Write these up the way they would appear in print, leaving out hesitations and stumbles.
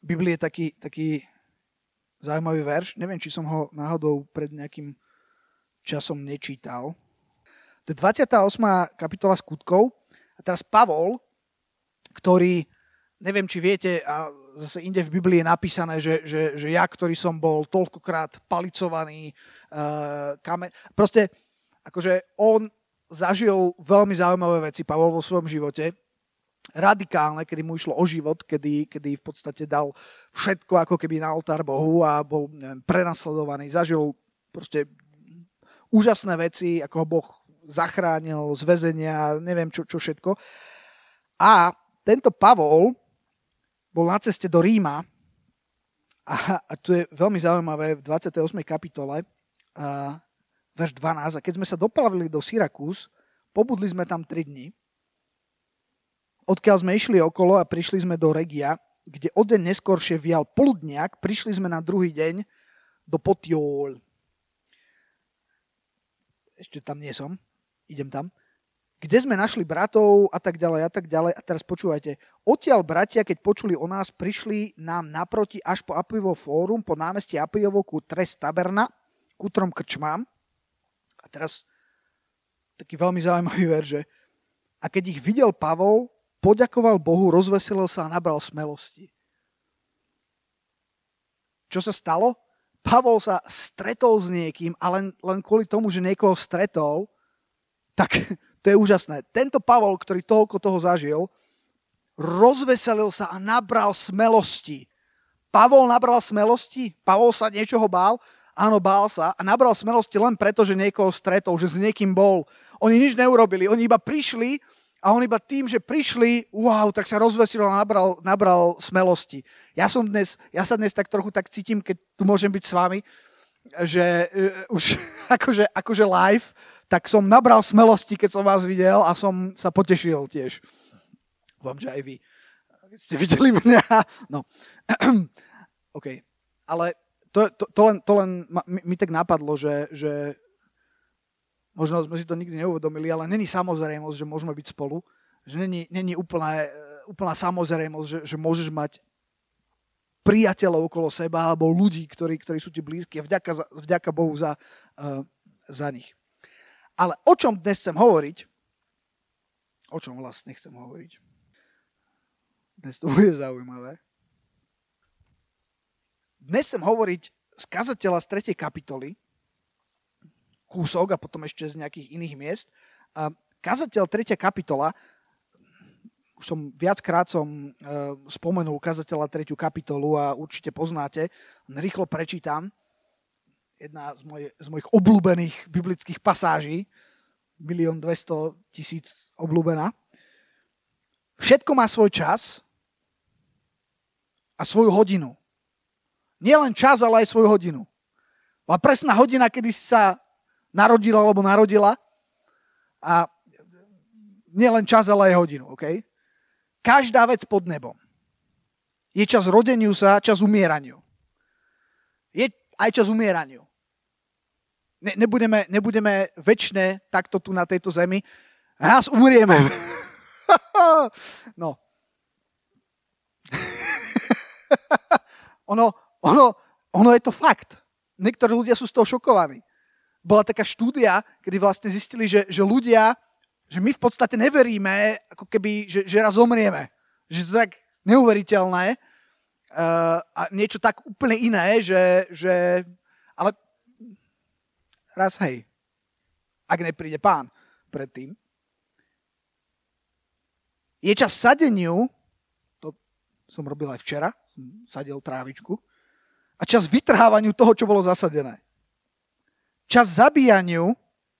v Biblii je taký zaujímavý verš. Neviem, či som ho náhodou pred nejakým časom nečítal. To je 28. kapitola Skutkov. A teraz Pavol, ktorý, neviem, či viete, a zase inde v Biblii je napísané, že ja, ktorý som bol toľkokrát palicovaný, proste, akože on zažil veľmi zaujímavé veci, Pavol, vo svojom živote. Radikálne, kedy mu išlo o život, kedy v podstate dal všetko ako keby na oltár Bohu a bol, neviem, prenasledovaný. Zažil proste úžasné veci, ako ho Boh zachránil z väzenia, neviem čo všetko. A tento Pavol bol na ceste do Ríma a tu je veľmi zaujímavé v 28. kapitole, verš 12. A keď sme sa doplavili do Syrakús, pobudli sme tam 3 dni, odkiaľ sme išli okolo a prišli sme do Regia, kde o deň neskôršie vial poludniak, prišli sme na druhý deň do Potiol. Ešte tam nie som, idem tam. Kde sme našli bratov a tak ďalej a tak ďalej. A teraz počúvajte, odtiaľ bratia, keď počuli o nás, prišli nám naproti až po Apiovo fórum, po námestí Apiovo ku Tres Taberna, ku 3 krčmám. A teraz taký veľmi zaujímavý verš, že a keď ich videl Pavol, poďakoval Bohu, rozveselil sa a nabral smelosti. Čo sa stalo? Pavol sa stretol s niekým a len kvôli tomu, že niekoho stretol, tak to je úžasné. Tento Pavol, ktorý toľko toho zažil, rozveselil sa a nabral smelosti. Pavol nabral smelosti? Pavol sa niečoho bál? Áno, bál sa a nabral smelosti len preto, že niekoho stretol, že s niekým bol. Oni nič neurobili, oni iba prišli a on iba tým, že prišli, tak sa rozveselil a nabral smelosti. Ja sa dnes tak trochu tak cítim, keď tu môžem byť s vami, že už akože live, tak som nabral smelosti, keď som vás videl a som sa potešil tiež. Vám, že aj vy. Keď ste videli mňa. No. OK. Ale to len mi tak napadlo, že možno sme si to nikdy neuvedomili, ale není samozrejmosť, že môžeme byť spolu. Že není úplná samozrejmosť, že môžeš mať priateľov okolo seba alebo ľudí, ktorí sú ti blízki a vďaka Bohu za nich. Ale o čom dnes chcem hovoriť? O čom vlastne chcem hovoriť? Dnes to bude zaujímavé. Dnes chcem hovoriť z kazateľa z 3. kapitoly, kúsok a potom ešte z nejakých iných miest. Kazateľ 3. kapitola, už som viackrát spomenul kazateľa 3. kapitolu a určite poznáte, rýchlo prečítam. Jedna z mojich obľúbených biblických pasáží, 1 200 000 obľúbená. Všetko má svoj čas a svoju hodinu. Nie len čas, ale aj svoju hodinu. Bola presná hodina, kedy si sa narodila alebo narodila a nie len čas, ale aj hodinu. Okay? Každá vec pod nebom. Je čas rodeniu sa, čas umieraniu. Je aj čas umieraniu. Nebudeme večné takto tu na tejto zemi. Raz umrieme. No. Ono je to fakt. Niektorí ľudia sú z toho šokovaní. Bola taká štúdia, kedy vlastne zistili, že ľudia, že my v podstate neveríme, ako keby, že raz zomrieme. Že to je tak neuveriteľné a niečo tak úplne iné, že ale raz hej, ak nepríde Pán predtým. Je čas sadeniu, to som robil aj včera, som sadil trávičku, a čas vytrhávaniu toho, čo bolo zasadené. Čas zabíjaniu,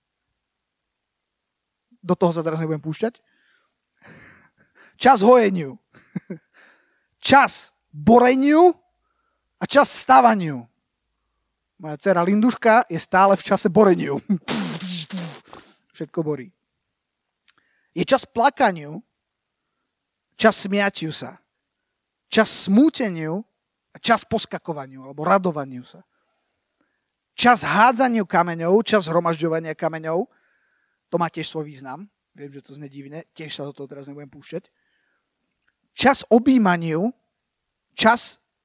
do toho sa teraz nebudem púšťať, čas hojeniu, čas boreniu a čas stavaniu. Moja dcera Linduška je stále v čase boreniu. Všetko borí. Je čas plakaniu, čas smiatiu sa, čas smúteniu a čas poskakovaniu alebo radovaniu sa. Čas hádzaniu kameňov, čas hromažďovania kameňov, to má tiež svoj význam. Viem, že to znie divne, tiež sa do toho teraz nebudem púšťať. Čas objímaniu, čas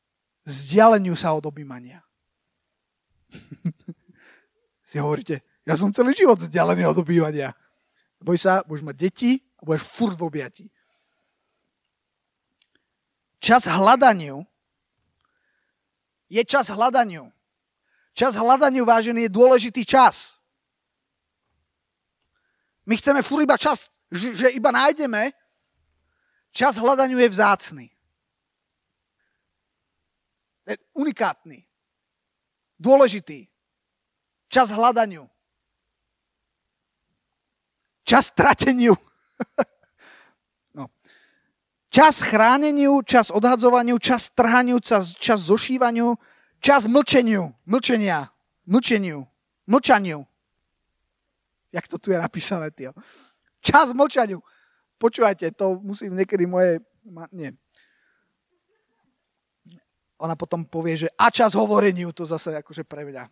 vzdialeniu sa od objímania. Si hovoríte, ja som celý život vzdialený od objímania. Boj sa, budeš mať deti a budeš furt v objatí. Čas hľadaniu je čas hľadaniu. Čas hľadaniu, vážený, je dôležitý čas. My chceme furt iba čas, že iba nájdeme. Čas hľadaniu je vzácny. Je unikátny. Dôležitý. Čas hľadaniu. Čas trateniu. No. Čas chráneniu, čas odhadzovaniu, čas trhaniu, čas zošívaniu, čas mlčeniu. Jak to tu je napísané, tio? Čas mlčaniu. Počúvajte, to musím niekedy Nie. Ona potom povie, že a čas hovoreniu, to zase akože pre mňa.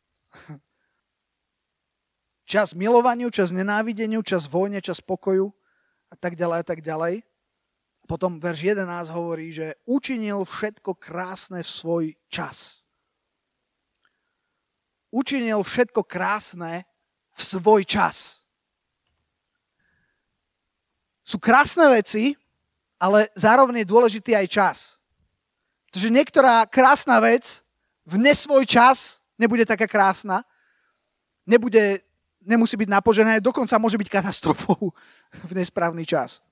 Čas milovaniu, čas nenávideniu, čas vojne, čas pokoju a tak ďalej a tak ďalej. Potom verš 11 hovorí, že učinil všetko krásne v svoj čas. Učinil všetko krásne v svoj čas. Sú krásne veci, ale zároveň je dôležitý aj čas. Pretože niektorá krásna vec v nesvoj čas nebude taká krásna, nemusí byť napožená, dokonca môže byť katastrofou v nesprávny čas.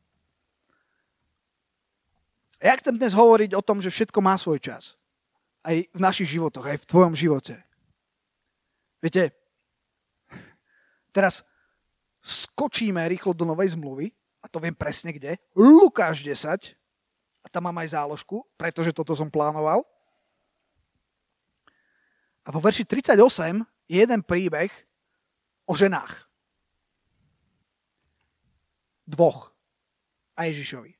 Ja chcem dnes hovoriť o tom, že všetko má svoj čas. Aj v našich životoch, aj v tvojom živote. Viete, teraz skočíme rýchlo do Novej zmluvy, a to viem presne kde, Lukáš 10, a tam mám aj záložku, pretože toto som plánoval. A vo verši 38 je jeden príbeh o ženách. Dvoch. A Ježišovi.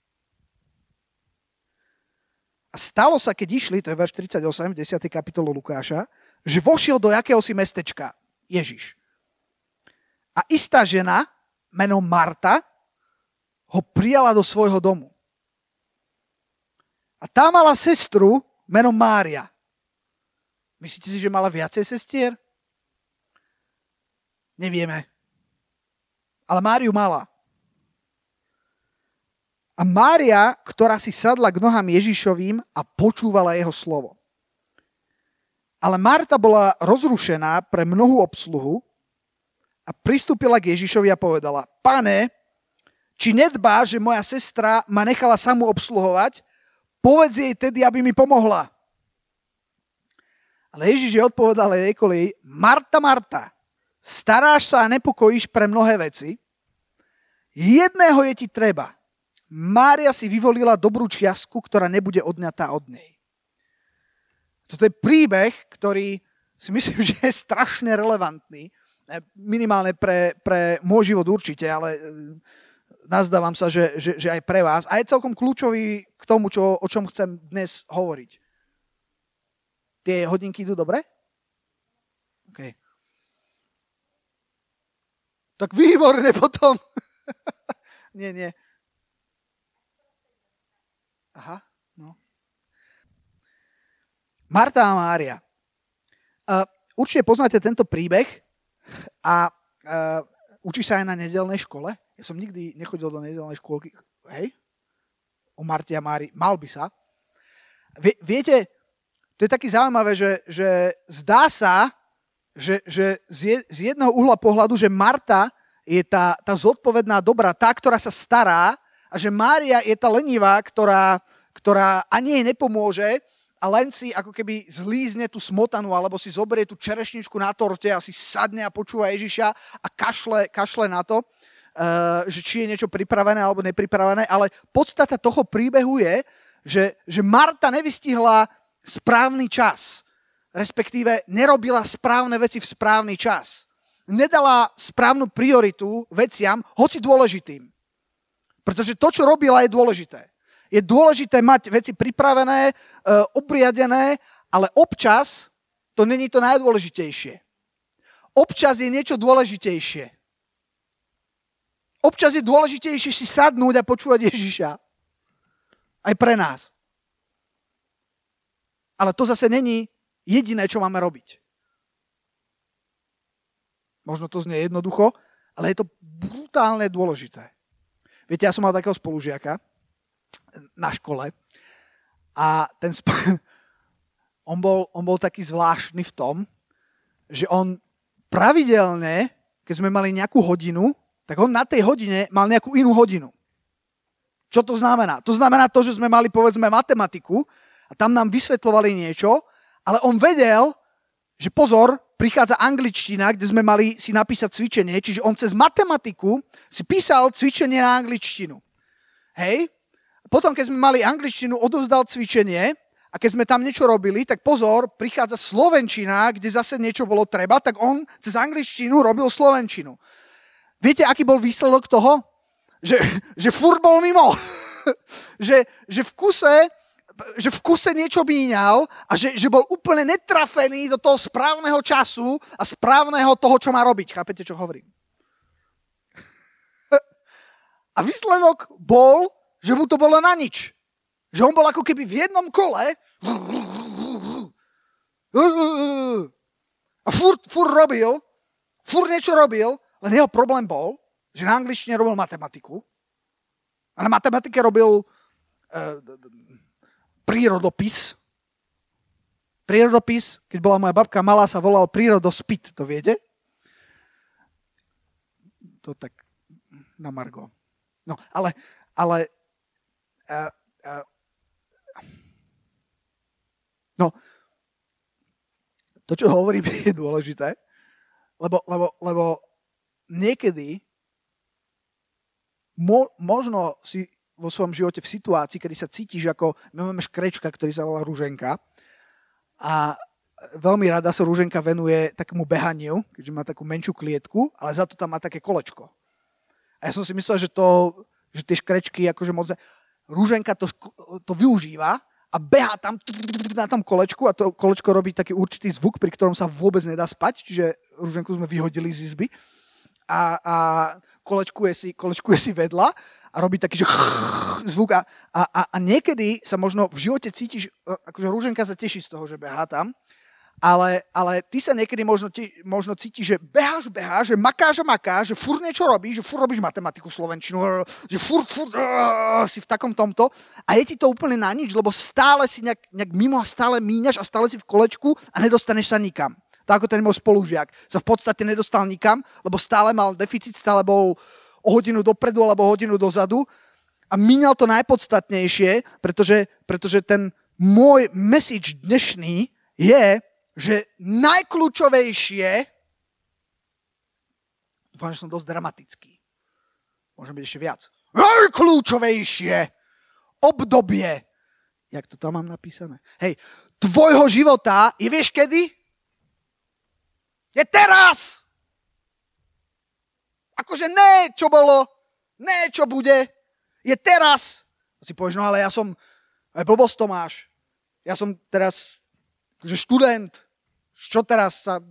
A stalo sa, keď išli, to je verš 38, 10. kapitolu Lukáša, že vošiel do jakéhosi mestečka Ježiš. A istá žena, menom Marta, ho prijala do svojho domu. A tá mala sestru, menom Mária. Myslíte si, že mala viacej sestier? Nevieme. Ale Máriu mala. A Mária, ktorá si sadla k nohám Ježišovým a počúvala jeho slovo. Ale Marta bola rozrušená pre mnohú obsluhu a pristúpila k Ježišovi a povedala: Pane, či nedbá, že moja sestra ma nechala samú obsluhovať? Povedz jej tedy, aby mi pomohla. Ale Ježiš jej odpovedal jej kolej: Marta, Marta, staráš sa a nepokojíš pre mnohé veci. Jedného je ti treba. Mária si vyvolila dobrú čiastku, ktorá nebude odňatá od nej. Toto je príbeh, ktorý si myslím, že je strašne relevantný. Minimálne pre môj život určite, ale nazdávam sa, že aj pre vás. A je celkom kľúčový k tomu, o čom chcem dnes hovoriť. Tie hodinky idú dobre? OK. Tak výborne potom. Nie. Aha, no. Marta a Mária. Určite poznáte tento príbeh a učíš sa aj na nedeľnej škole. Ja som nikdy nechodil do nedeľnej škôlky. Hej? O Marte a Márii. Mal by sa. Viete, to je taký zaujímavé, že zdá sa, že z jedného uhla pohľadu, že Marta je tá zodpovedná dobrá, tá, ktorá sa stará, a že Mária je tá lenivá, ktorá ani jej nepomôže a len si ako keby zlízne tú smotanu alebo si zoberie tú čerešničku na torte a si sadne a počúva Ježiša a kašle na to, že či je niečo pripravené alebo nepripravené. Ale podstata toho príbehu je, že Marta nevystihla správny čas, respektíve nerobila správne veci v správny čas. Nedala správnu prioritu veciam, hoci dôležitým. Pretože to, čo robila, je dôležité. Je dôležité mať veci pripravené, obriadené, ale občas to není to najdôležitejšie. Občas je niečo dôležitejšie. Občas je dôležitejšie si sadnúť a počúvať Ježiša. Aj pre nás. Ale to zase není jediné, čo máme robiť. Možno to znie jednoducho, ale je to brutálne dôležité. Viete, ja som mal takého spolužiaka na škole a on bol taký zvláštny v tom, že on pravidelne, keď sme mali nejakú hodinu, tak on na tej hodine mal nejakú inú hodinu. Čo to znamená? To znamená to, že sme mali, povedzme, matematiku a tam nám vysvetľovali niečo, ale on vedel, že pozor, prichádza angličtina, kde sme mali si napísať cvičenie, čiže on cez matematiku si písal cvičenie na angličtinu. Hej? Potom, keď sme mali angličtinu, odovzdal cvičenie a keď sme tam niečo robili, tak pozor, prichádza slovenčina, kde zase niečo bolo treba, tak on cez angličtinu robil slovenčinu. Viete, aký bol výsledok toho? Že furt bol mimo. že v kuse niečo míňal a že bol úplne netrafený do toho správneho času a správneho toho, čo má robiť. Chápete, čo hovorím? A výsledok bol, že mu to bolo na nič. Že on bol ako keby v jednom kole a furt niečo robil, len jeho problém bol, že na angličtine robil matematiku a na matematike robil prírodopis. Prírodopis, keď bola moja babka malá, sa volal prírodospit, to viete? To tak na margo. No, ale to, čo hovorím, je dôležité, lebo niekedy možno si vo svojom živote v situácii, kedy sa cítiš ako, my máme škrečka, ktorý sa volá Ruženka a veľmi rada sa Ruženka venuje takému behaniu, keďže má takú menšiu klietku, ale za to tam má také kolečko. A ja som si myslel, že tie škrečky akože moc... Ruženka to využíva a behá tam na tom kolečku a to kolečko robí taký určitý zvuk, pri ktorom sa vôbec nedá spať, čiže Ruženku sme vyhodili z izby a kolečkuje si vedľa a robí taký, že zvuk a niekedy sa možno v živote cítiš, akože Ruženka sa teší z toho, že behá tam, ale ty sa niekedy možno cítiš, že beháš, že makáš, že furt niečo robíš, že furt robíš matematiku, slovenčinu, že furt si v takom tomto a je ti to úplne na nič, lebo stále si nejak mimo a stále míňaš a stále si v kolečku a nedostaneš sa nikam. Tak ako ten môj spolužiak sa v podstate nedostal nikam, lebo stále mal deficit, stále bol o hodinu dopredu alebo hodinu dozadu a míňal to najpodstatnejšie, pretože ten môj message dnešný je, že najkľúčovejšie, dúfam, že som dosť dramatický, môžem byť ešte viac, najkľúčovejšie obdobie, jak to tam mám napísané, hej, tvojho života je vieš kedy? Je teraz! Akože ne, čo bolo, ne, čo bude, je teraz. A si povieš, no ale ja som, blbosť to máš, ja som teraz že študent, čo teraz sa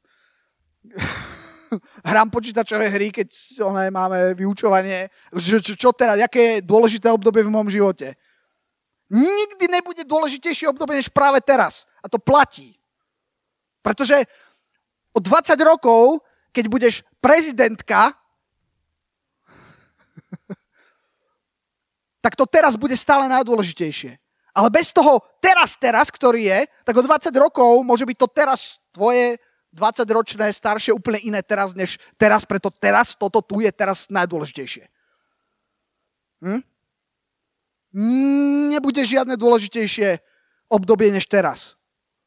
hrám počítačové hry, keď máme vyučovanie, čo teraz, aké je dôležité obdobie v mojom živote. Nikdy nebude dôležitejšie obdobie než práve teraz. A to platí. Pretože o 20 rokov, keď budeš prezidentka, tak to teraz bude stále najdôležitejšie. Ale bez toho teraz, ktorý je, tak o 20 rokov môže byť to teraz tvoje 20-ročné staršie úplne iné teraz, než teraz, preto teraz, toto tu je teraz najdôležitejšie. Nebude žiadne dôležitejšie obdobie než teraz.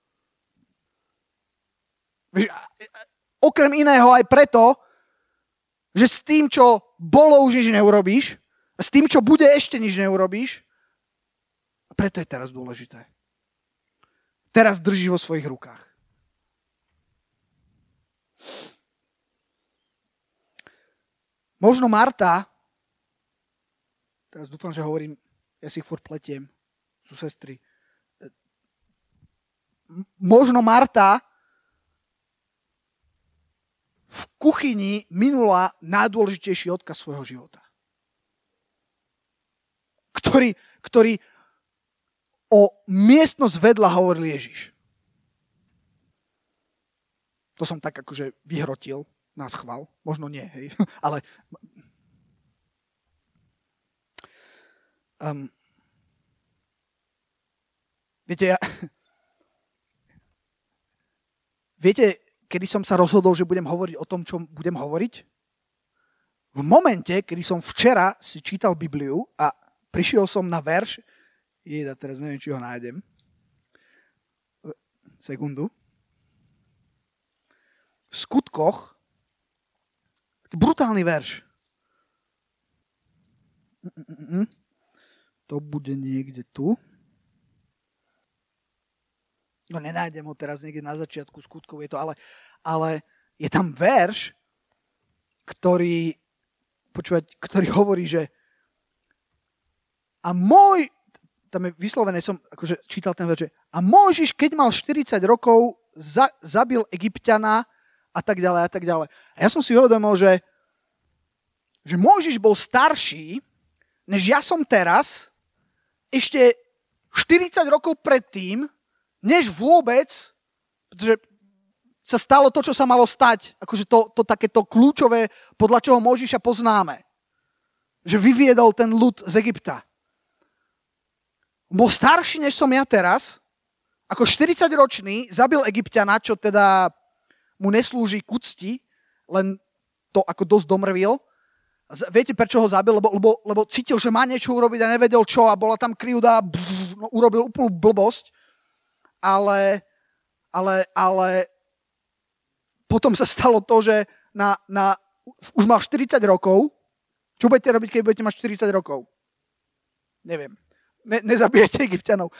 Okrem iného aj preto, že s tým, čo bolo, už nič neurobíš, a s tým, čo bude, ešte nič neurobíš, a preto je teraz dôležité. Teraz drží vo svojich rukách. Možno Marta, teraz dúfam, že hovorím, ja si ich furt pletiem, sú sestry. Možno Marta v kuchyni minula najdôležitejší odkaz svojho života. Ktorý o miestnosť vedľa hovoril Ježiš. To som tak akože vyhrotil na schvál. Možno nie, hej. Ale viete, kedy som sa rozhodol, že budem hovoriť o tom, čo budem hovoriť? V momente, kedy som včera si čítal Bibliu a prišiel som na verš, teraz neviem, či ho nájdem. Sekundu. V Skutkoch, taký brutálny verš. To bude niekde tu. No nenájdem ho teraz niekde na začiatku Skutkov, je to, ale je tam verš, ktorý hovorí, že tam je vyslovené, som akože čítal ten verš, že a Mojžiš, keď mal 40 rokov, zabil Egypťana a tak ďalej a tak ďalej. A ja som si uvedomil, že Mojžiš bol starší, než ja som teraz, ešte 40 rokov predtým, než vôbec, pretože sa stalo to, čo sa malo stať. Akože to takéto kľúčové, podľa čoho Mojžiša poznáme. Že vyviedol ten ľud z Egypta. Bol starší, než som ja teraz. Ako 40-ročný zabil Egypťana, čo teda mu neslúži k úcti, len to ako dosť domrvil. Viete, prečo ho zabil? Lebo cítil, že má niečo urobiť a nevedel čo a bola tam krivda, urobil úplnú blbosť. Ale potom sa stalo to, že už mal 40 rokov. Čo budete robiť, keď budete mať 40 rokov? Neviem. Nezabijete Egypťanov.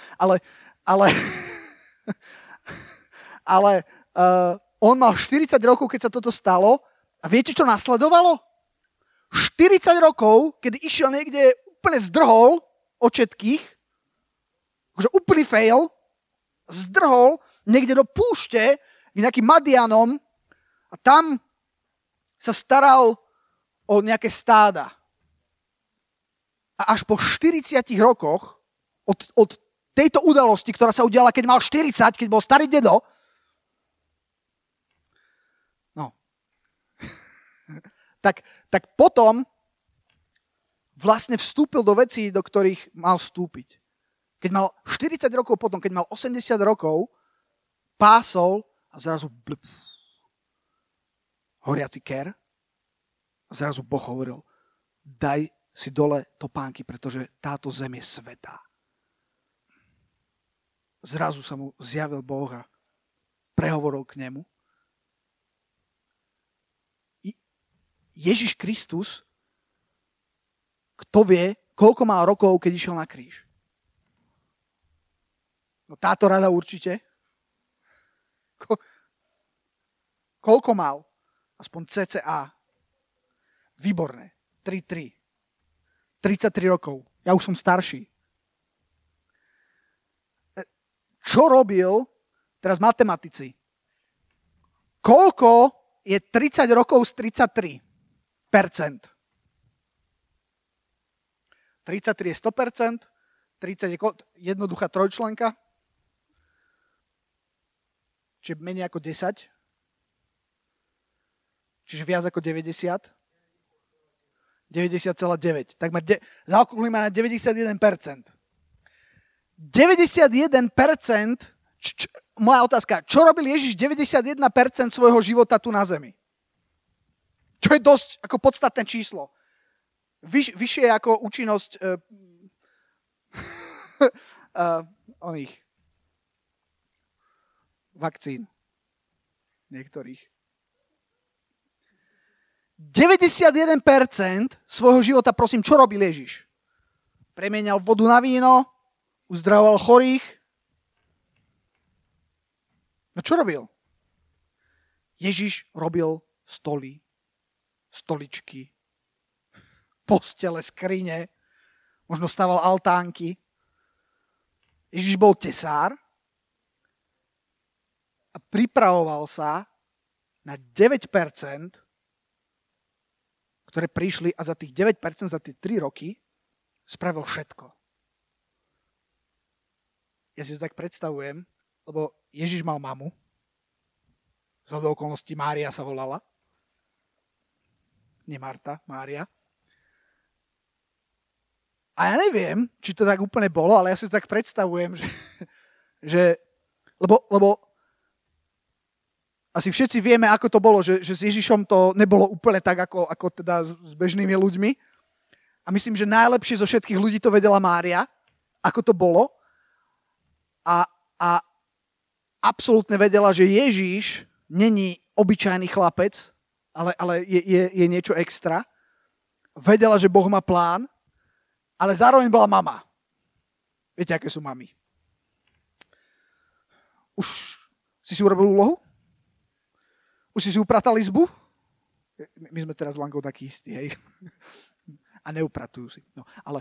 Ale on mal 40 rokov, keď sa toto stalo. A viete, čo nasledovalo? 40 rokov, kedy išiel niekde, úplne zdrhol od všetkých. Akože úplný fail. Zdrhol niekde do púšte k nejakým Madianom a tam sa staral o nejaké stáda. A až po 40 rokoch od tejto udalosti, ktorá sa udiala, keď mal 40, keď bol starý dedo, no, tak potom vlastne vstúpil do vecí, do ktorých mal vstúpiť. Keď mal 40 rokov potom, keď mal 80 rokov, pásol a zrazu horiaci ker. A zrazu Boh hovoril, daj si dole topánky, pretože táto zem je svätá. Zrazu sa mu zjavil Boh a prehovoril k nemu. Ježiš Kristus, kto vie, koľko má rokov, keď išiel na kríž? No táto rada určite. Koľko mal? Aspoň cca. Výborné. 3-3. 33 rokov. Ja už som starší. Čo robil, teraz matematici, koľko je 30 rokov z 33%? 33 je 100%, 30 je jednoduchá trojčlenka, čiže menej ako 10, čiže viac ako 90, 90,9. Tak zaokrúhlime na 91%. 91%, moja otázka, čo robil Ježiš 91% svojho života tu na zemi? Čo je dosť ako podstatné číslo. Vyššie ako účinnosť oných vakcín. Niektorých. 91% svojho života, prosím, čo robil Ježiš? Premieňal vodu na víno, uzdravoval chorých. No čo robil? Ježiš robil stoly, stoličky, postele, skrine, možno stával altánky. Ježiš bol tesár a pripravoval sa na 9%, ktoré prišli a za tých 9%, za tie 3 roky spravil všetko. Ja si to tak predstavujem, lebo Ježiš mal mamu, zhodou okolností Mária sa volala, nie Marta, Mária. A ja neviem, či to tak úplne bolo, ale ja si to tak predstavujem, lebo asi všetci vieme, ako to bolo, že s Ježišom to nebolo úplne tak, ako teda s bežnými ľuďmi. A myslím, že najlepšie zo všetkých ľudí to vedela Mária, ako to bolo. A absolútne vedela, že Ježiš není obyčajný chlapec, ale je niečo extra. Vedela, že Boh má plán, ale zároveň bola mama. Viete, aké sú mami? Už si urobil úlohu? Už si upratal izbu? My sme teraz s Lankou takí istí, hej. A neupratujú si. No, ale...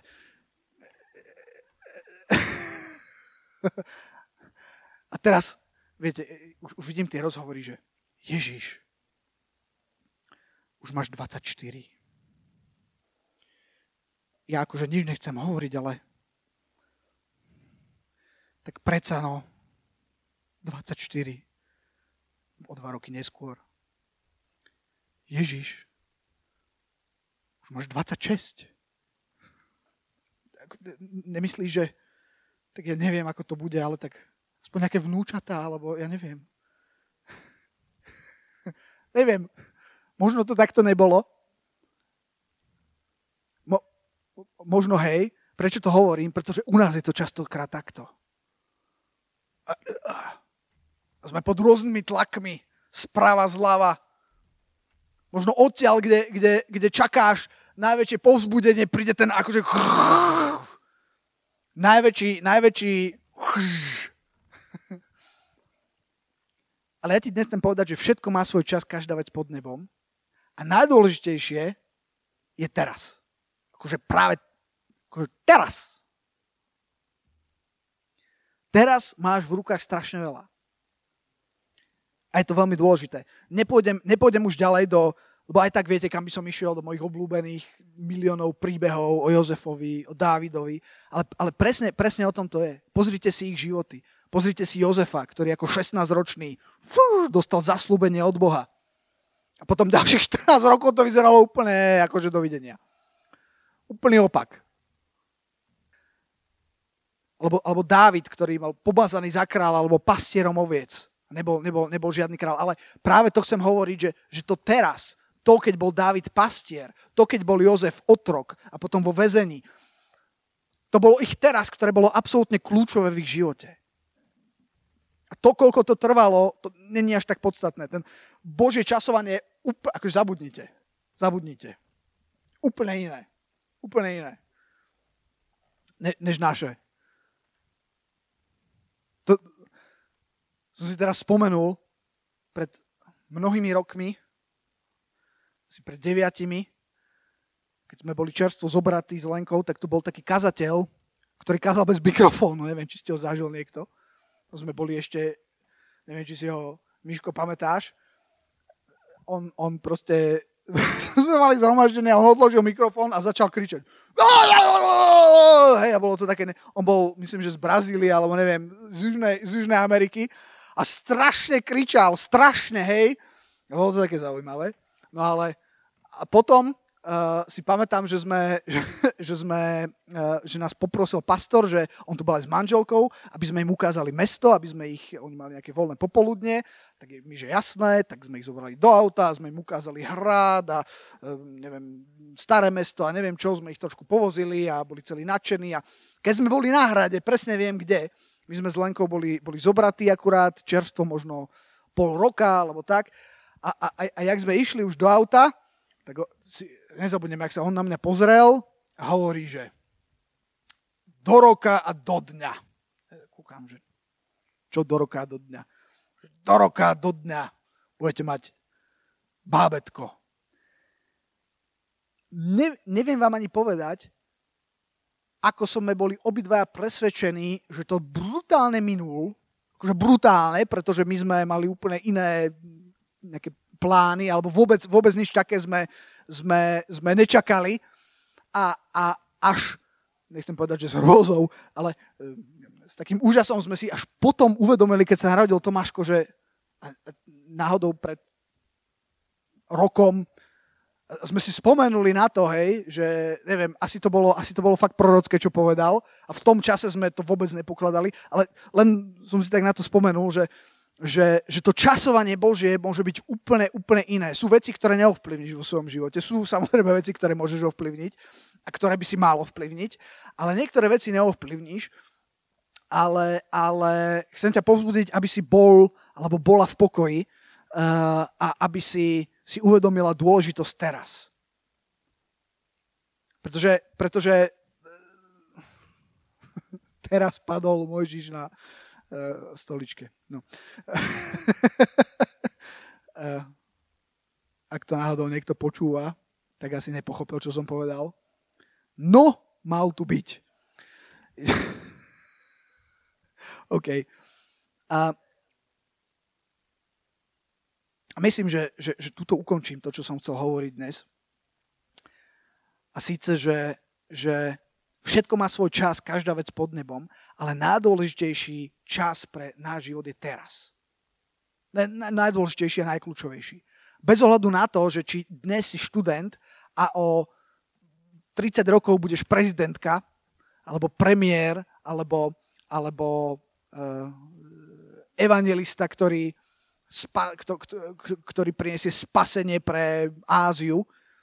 A teraz, viete, už vidím tie rozhovory, že Ježiš, už máš 24. Ja akože nič nechcem hovoriť, ale tak predsa 24. O 2 roky neskôr. Ježiš, už máš 26. Nemyslíš, že tak ja neviem, ako to bude, ale tak aspoň nejaké vnúčatá, alebo ja neviem. Neviem. Možno to takto nebolo. Možno hej. Prečo to hovorím? Pretože u nás je to častokrát takto. Sme pod rôznymi tlakmi. Sprava, zľava. Možno odtiaľ, kde čakáš najväčšie povzbudenie, príde ten akože najväčší Ale ja ti dnes chcem povedať, že všetko má svoj čas, každá vec pod nebom. A najdôležitejšie je teraz. Akože práve teraz. Teraz máš v rukách strašne veľa. A je to veľmi dôležité. Nepôjdem už ďalej lebo aj tak viete, kam by som išiel, do mojich obľúbených miliónov príbehov o Jozefovi, o Dávidovi. Ale presne o tom to je. Pozrite si ich životy. Pozrite si Jozefa, ktorý ako 16-ročný dostal zasľúbenie od Boha. A potom ďalších 14 rokov to vyzeralo úplne akože dovidenia. Úplný opak. Alebo Dávid, ktorý mal pomazaný za kráľa, alebo pastierom oviec. Nebol žiadny kráľ. Ale práve to chcem hovoriť, že to teraz, to keď bol Dávid pastier, to keď bol Jozef otrok a potom vo väzení, to bolo ich teraz, ktoré bolo absolútne kľúčové v ich živote. A to, koľko to trvalo, to není až tak podstatné. Ten Božie časovanie, akože zabudnite. Úplne iné. Než naše. To som si teraz spomenul pred mnohými rokmi, asi pred 9, keď sme boli čerstvo zobratí s Lenkou, tak tu bol taký kazateľ, ktorý kázal bez mikrofónu. Neviem, či ste ho zažil niekto. To sme boli ešte, neviem, či si ho, Miško, pamätáš? On proste, sme mali zhromaždenie a on odložil mikrofón a začal kričať. Hej, a bolo to také, on bol, myslím, že z Brazílie, alebo neviem, z Južnej Ameriky a strašne kričal, hej. A bolo to také zaujímavé. No ale a potom si pamätám, že nás poprosil pastor, že on tu bol aj s manželkou, aby sme im ukázali mesto, oni mali nejaké voľné popoludne, tak je mi, že jasné, tak sme ich zobrali do auta, sme im ukázali hrad a neviem, staré mesto a neviem čo, sme ich trošku povozili a boli celí nadšení a keď sme boli na hrade, presne viem kde, my sme s Lenkou boli zobratí akurát, čerstvo možno pol roka alebo tak a jak sme išli už do auta, tak nezabudnem, jak sa on na mňa pozrel a hovorí, že do roka a do dňa. Kúkam, že čo do roka a do dňa? Do roka a do dňa budete mať bábätko. Neviem vám ani povedať, ako sme boli obidvaja presvedčení, že to brutálne minul, akože brutálne, pretože my sme mali úplne iné nejaké plány, alebo vôbec nič také sme nečakali a až, nechcem povedať, že s hrôzou, ale s takým úžasom sme si až potom uvedomili, keď sa narodil Tomáško, že náhodou pred rokom sme si spomenuli na to, hej, že neviem, asi to bolo fakt prorocké, čo povedal a v tom čase sme to vôbec nepokladali, ale len som si tak na to spomenul, že to časovanie Božie môže byť úplne iné. Sú veci, ktoré neovplyvníš vo svojom živote. Sú samozrejme veci, ktoré môžeš ovplyvniť a ktoré by si mal ovplyvniť, ale niektoré veci neovplyvníš, ale chcem ťa povzbudiť, aby si bol alebo bola v pokoji a aby si uvedomila dôležitosť teraz. Pretože teraz padol Mojžiš na stoličke. No. Ak to náhodou niekto počúva, tak asi nepochopil, čo som povedal. No, mal tu byť. OK. A myslím, že tuto ukončím to, čo som chcel hovoriť dnes. A síce, že všetko má svoj čas, každá vec pod nebom, ale najdôležitejší čas pre náš život je teraz. Najdôležitejší a najkľúčovejší. Bez ohľadu na to, že či dnes si študent a o 30 rokov budeš prezidentka, alebo premiér, alebo evangelista, ktorý priniesie spasenie pre Áziu.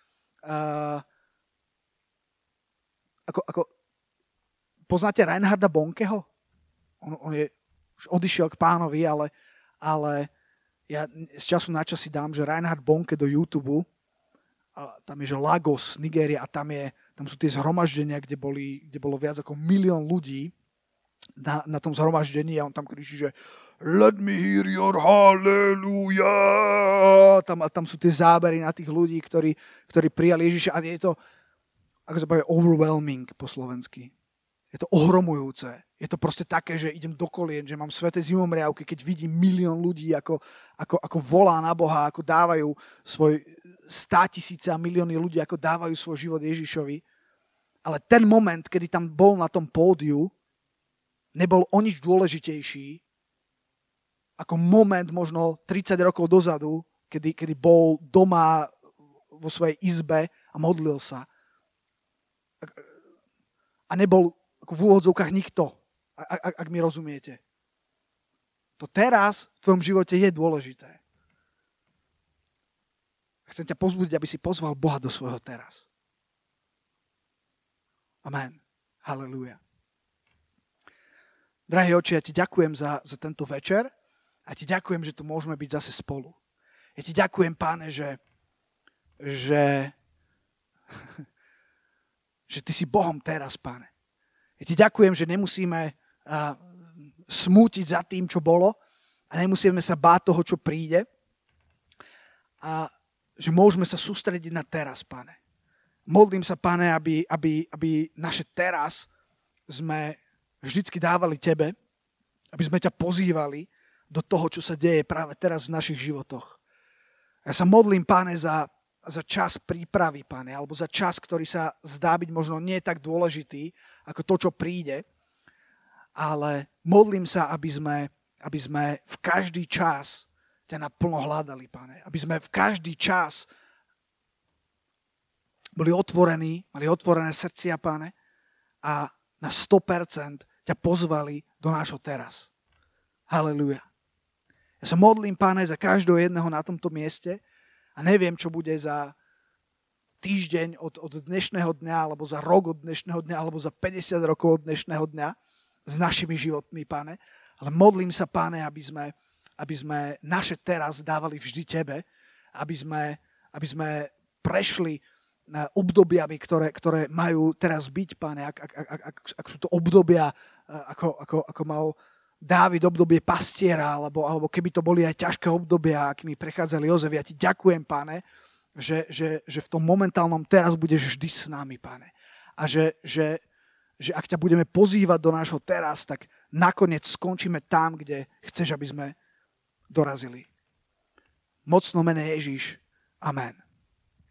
Poznáte Reinharda Bonkeho? On už odišiel k Pánovi, ale ja z času na čas si dám, že Reinhard Bonke do YouTube, tam je že Lagos, Nigéria, a tam sú tie zhromaždenia, kde bolo viac ako 1 000 000 ľudí na tom zhromaždení a on tam kričí, že let me hear your hallelujah. Tam sú tie zábery na tých ľudí, ktorí prijali Ježiša a je to, ako sa povie, overwhelming po slovensky. Je to ohromujúce. Je to proste také, že idem do kolien, že mám sveté zimomriavky, keď vidím 1 000 000 ľudí, ako volá na Boha, ako dávajú svoj 100 000 a milióny ľudí, ako dávajú svoj život Ježišovi. Ale ten moment, kedy tam bol na tom pódiu, nebol o nič dôležitejší ako moment možno 30 rokov dozadu, kedy bol doma vo svojej izbe a modlil sa. A nebol ako v úvodzovkách nikto, ak mi rozumiete. To teraz v tvojom živote je dôležité. Chcem ťa pozbudiť, aby si pozval Boha do svojho teraz. Amen. Halelúja. Drahý Oče, ja ti ďakujem za tento večer a ti ďakujem, že tu môžeme byť zase spolu. Ja ti ďakujem, Páne, že ty si Bohom teraz, Páne. Ja ti ďakujem, že nemusíme smútiť za tým, čo bolo a nemusíme sa báť toho, čo príde a že môžeme sa sústrediť na teraz, Páne. Modlím sa, Páne, aby naše teraz sme vždycky dávali Tebe, aby sme ťa pozývali do toho, čo sa deje práve teraz v našich životoch. Ja sa modlím, Páne, za čas prípravy, Páne, alebo za čas, ktorý sa zdá byť možno nie tak dôležitý, ako to, čo príde, ale modlím sa, aby sme v každý čas ťa naplno hľadali, Páne. Aby sme v každý čas boli otvorení, mali otvorené srdcia, Páne, a na 100% ťa pozvali do nášho teraz. Halelúja. Ja sa modlím, Páne, za každého jedného na tomto mieste a neviem, čo bude za týždeň od dnešného dňa, alebo za rok od dnešného dňa, alebo za 50 rokov od dnešného dňa s našimi životmi, Páne. Ale modlím sa, Páne, aby sme naše teraz dávali vždy Tebe, aby sme prešli obdobiami, ktoré majú teraz byť, Páne, ak sú to obdobia, ako mal Dávid obdobie pastiera, alebo keby to boli aj ťažké obdobia, akými prechádzali Jozef. Ja ti ďakujem, Páne, že v tom momentálnom teraz budeš vždy s nami, Páne. A že ak ťa budeme pozývať do nášho teraz, tak nakoniec skončíme tam, kde chceš, aby sme dorazili. Mocno mene Ježiš. Amen.